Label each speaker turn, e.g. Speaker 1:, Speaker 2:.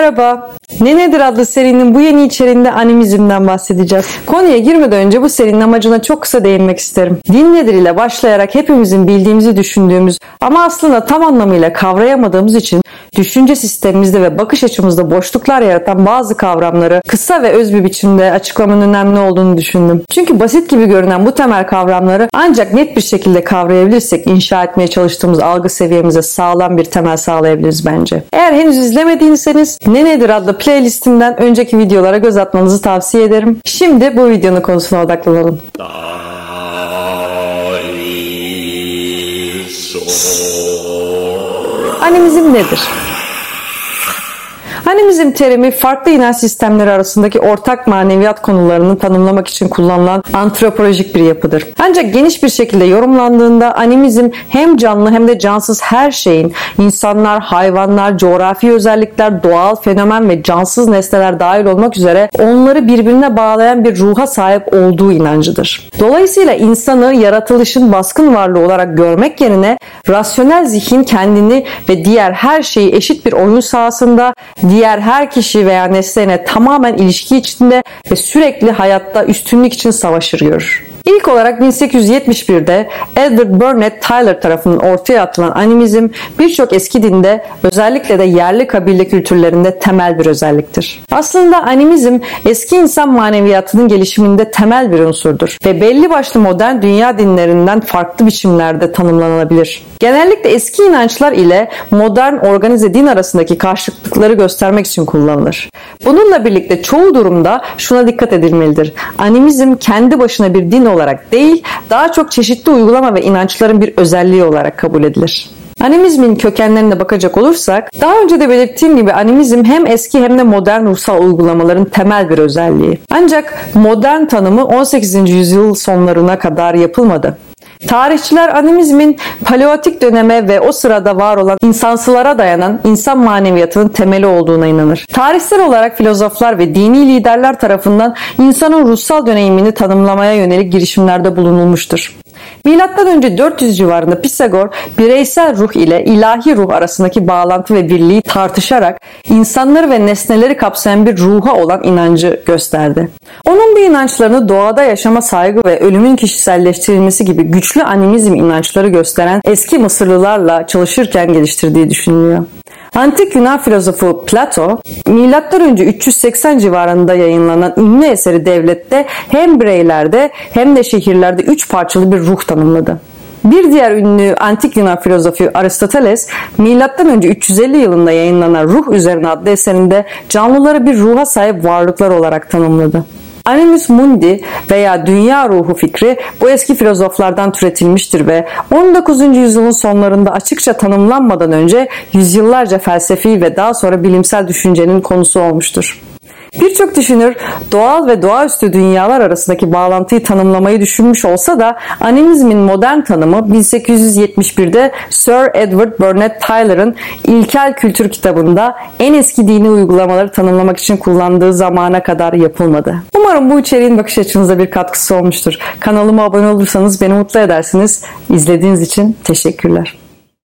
Speaker 1: Merhaba. Ne Nedir adlı serinin bu yeni içeriğinde animizmden bahsedeceğiz. Konuya girmeden önce bu serinin amacına çok kısa değinmek isterim. Din nedir ile başlayarak hepimizin bildiğimizi düşündüğümüz ama aslında tam anlamıyla kavrayamadığımız için düşünce sistemimizde ve bakış açımızda boşluklar yaratan bazı kavramları kısa ve öz bir biçimde açıklamanın önemli olduğunu düşündüm. Çünkü basit gibi görünen bu temel kavramları ancak net bir şekilde kavrayabilirsek inşa etmeye çalıştığımız algı seviyemize sağlam bir temel sağlayabiliriz bence. Eğer henüz izlemediyseniz Ne Nedir adlı playlistimden önceki videolara göz atmanızı tavsiye ederim. Şimdi bu videonun konusuna odaklanalım. Animizm nedir? Animizm terimi farklı inanç sistemleri arasındaki ortak maneviyat konularını tanımlamak için kullanılan antropolojik bir yapıdır. Ancak geniş bir şekilde yorumlandığında animizm hem canlı hem de cansız her şeyin, insanlar, hayvanlar, coğrafi özellikler, doğal fenomen ve cansız nesneler dahil olmak üzere onları birbirine bağlayan bir ruha sahip olduğu inancıdır. Dolayısıyla insanı yaratılışın baskın varlığı olarak görmek yerine rasyonel zihin kendini ve diğer her şeyi eşit bir oyun sahasında, diğer her kişi veya nesneyle tamamen ilişki içinde ve sürekli hayatta üstünlük için savaşır görür. İlk olarak 1871'de Edward Burnett Tylor tarafından ortaya atılan animizm birçok eski dinde özellikle de yerli kabile kültürlerinde temel bir özelliktir. Aslında animizm eski insan maneviyatının gelişiminde temel bir unsurdur ve belli başlı modern dünya dinlerinden farklı biçimlerde tanımlanabilir. Genellikle eski inançlar ile modern organize din arasındaki karşıtlıkları göstermek için kullanılır. Bununla birlikte çoğu durumda şuna dikkat edilmelidir. Animizm kendi başına bir din olarak değil, daha çok çeşitli uygulama ve inançların bir özelliği olarak kabul edilir. Animizmin kökenlerine bakacak olursak, daha önce de belirttiğim gibi animizm hem eski hem de modern ruhsal uygulamaların temel bir özelliği. Ancak modern tanımı 18. yüzyıl sonlarına kadar yapılmadı. Tarihçiler animizmin paleolitik döneme ve o sırada var olan insansılara dayanan insan maneviyatının temeli olduğuna inanır. Tarihsel olarak filozoflar ve dini liderler tarafından insanın ruhsal deneyimini tanımlamaya yönelik girişimlerde bulunulmuştur. Milattan önce 400 civarında Pisagor bireysel ruh ile ilahi ruh arasındaki bağlantı ve birliği tartışarak insanları ve nesneleri kapsayan bir ruha olan inancı gösterdi. Onun bu inançlarını doğada yaşama saygı ve ölümün kişiselleştirilmesi gibi güçlü animizm inançları gösteren eski Mısırlılarla çalışırken geliştirdiği düşünülüyor. Antik Yunan filozofu Plato, M.Ö. 380 civarında yayınlanan ünlü eseri Devlet'te hem bireylerde hem de şehirlerde 3 parçalı bir ruh tanımladı. Bir diğer ünlü antik Yunan filozofu Aristoteles, M.Ö. 350 yılında yayınlanan Ruh Üzerine adlı eserinde canlıları bir ruha sahip varlıklar olarak tanımladı. Animus Mundi veya dünya ruhu fikri bu eski filozoflardan türetilmiştir ve 19. yüzyılın sonlarında açıkça tanımlanmadan önce yüzyıllarca felsefi ve daha sonra bilimsel düşüncenin konusu olmuştur. Birçok düşünür doğal ve doğaüstü dünyalar arasındaki bağlantıyı tanımlamayı düşünmüş olsa da animizmin modern tanımı 1871'de Sir Edward Burnett Tylor'ın İlkel Kültür kitabında en eski dini uygulamaları tanımlamak için kullandığı zamana kadar yapılmadı. Umarım bu içeriğin bakış açınıza bir katkısı olmuştur. Kanalıma abone olursanız beni mutlu edersiniz. İzlediğiniz için teşekkürler.